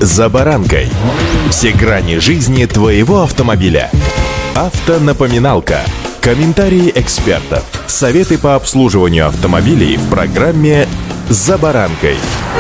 «За баранкой». Все грани жизни твоего автомобиля. Автонапоминалка. Комментарии экспертов. Советы по обслуживанию автомобилей в программе «За баранкой».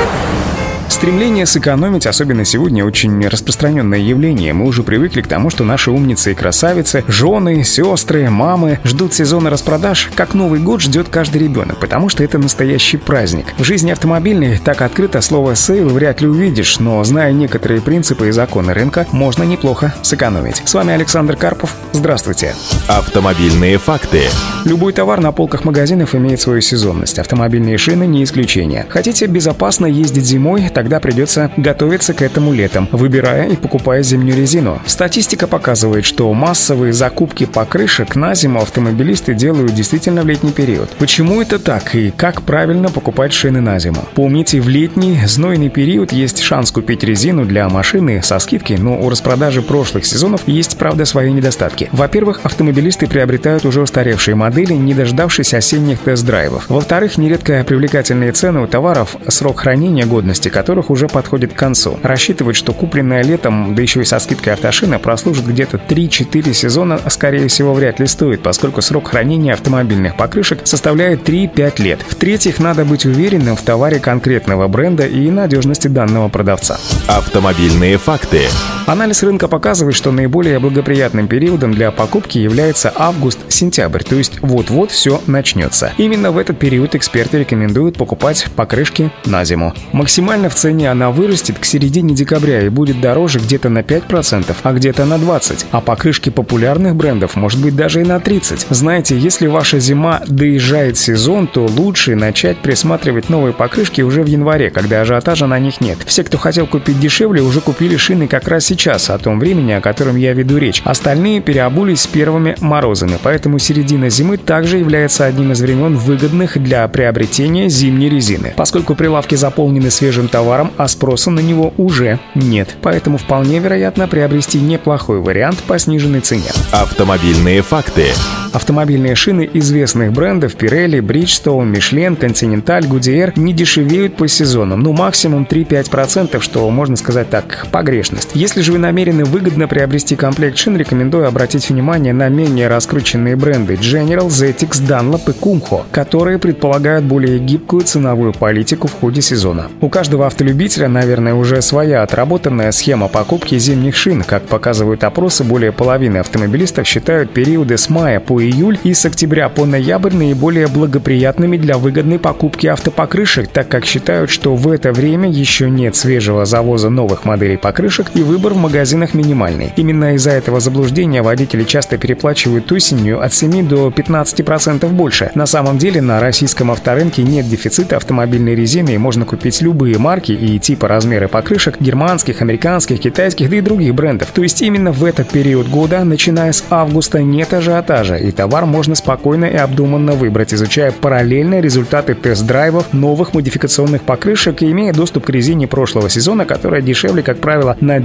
Стремление сэкономить, особенно сегодня, очень распространенное явление. Мы уже привыкли к тому, что наши умницы и красавицы, жены, сестры, мамы ждут сезона распродаж, как Новый год ждет каждый ребенок, потому что это настоящий праздник. В жизни автомобильной так открыто слово «сейл» вряд ли увидишь, но, зная некоторые принципы и законы рынка, можно неплохо сэкономить. С вами Александр Карпов. Здравствуйте. Автомобильные факты. Любой товар на полках магазинов имеет свою сезонность. Автомобильные шины не исключение. Хотите безопасно ездить зимой? Тогда придется готовиться к этому летом, выбирая и покупая зимнюю резину. Статистика показывает, что массовые закупки покрышек на зиму автомобилисты делают действительно в летний период. Почему это так и как правильно покупать шины на зиму? Помните, в летний знойный период есть шанс купить резину для машины со скидки, но у распродажи прошлых сезонов есть, правда, свои недостатки. Во-первых, автомобилисты приобретают уже устаревшие модели, не дождавшись осенних тест-драйвов. Во-вторых, нередко привлекательные цены у товаров, срок хранения годности которых уже подходит к концу. Рассчитывать, что купленная летом, да еще и со скидкой автошина, прослужит где-то 3-4 сезона, скорее всего, вряд ли стоит, поскольку срок хранения автомобильных покрышек составляет 3-5 лет. В-третьих, надо быть уверенным в товаре конкретного бренда и надежности данного продавца. Автомобильные факты. Анализ рынка показывает, что наиболее благоприятным периодом для покупки является август-сентябрь, то есть вот-вот все начнется. Именно в этот период эксперты рекомендуют покупать покрышки на зиму. Максимально в цене она вырастет к середине декабря и будет дороже где-то на 5%, а где-то на 20%. А покрышки популярных брендов может быть даже и на 30%. Знаете, если ваша зима доезжает сезон, то лучше начать присматривать новые покрышки уже в январе, когда ажиотажа на них нет. Все, кто хотел купить дешевле, уже купили шины как раз сейчас, о том времени, о котором я веду речь. Остальные переобулись с первыми морозами, поэтому середина зимы также является одним из времен выгодных для приобретения зимней резины. Поскольку прилавки заполнены свежим товаром, а спроса на него уже нет. Поэтому вполне вероятно приобрести неплохой вариант по сниженной цене. Автомобильные факты. Автомобильные шины известных брендов Pirelli, Bridgestone, Michelin, Continental, Goodyear не дешевеют по сезонам, максимум 3-5%, что, можно сказать так, погрешность. Если же вы намерены выгодно приобрести комплект шин, рекомендую обратить внимание на менее раскрученные бренды General, Zetix, Dunlop и Kumho, которые предполагают более гибкую ценовую политику в ходе сезона. У каждого автолюбителя, наверное, уже своя отработанная схема покупки зимних шин. Как показывают опросы, более половины автомобилистов считают периоды с мая по июль и с октября по ноябрь наиболее благоприятными для выгодной покупки автопокрышек, так как считают, что в это время еще нет свежего завоза новых моделей покрышек и выбор в магазинах минимальный. Именно из-за этого заблуждения водители часто переплачивают осенью от 7 до 15% больше. На самом деле на российском авторынке нет дефицита автомобильной резины и можно купить любые марки и типа размеры покрышек германских, американских, китайских, да и других брендов. То есть именно в этот период года, начиная с августа, нет ажиотажа, и товар можно спокойно и обдуманно выбрать, изучая параллельно результаты тест-драйвов новых модификационных покрышек и имея доступ к резине прошлого сезона, которая дешевле, как правило, на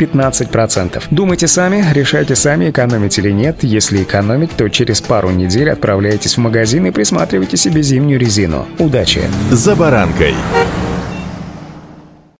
10-15%. Думайте сами, решайте сами, экономить или нет. Если экономить, то через пару недель отправляйтесь в магазин и присматривайте себе зимнюю резину. Удачи! «За баранкой».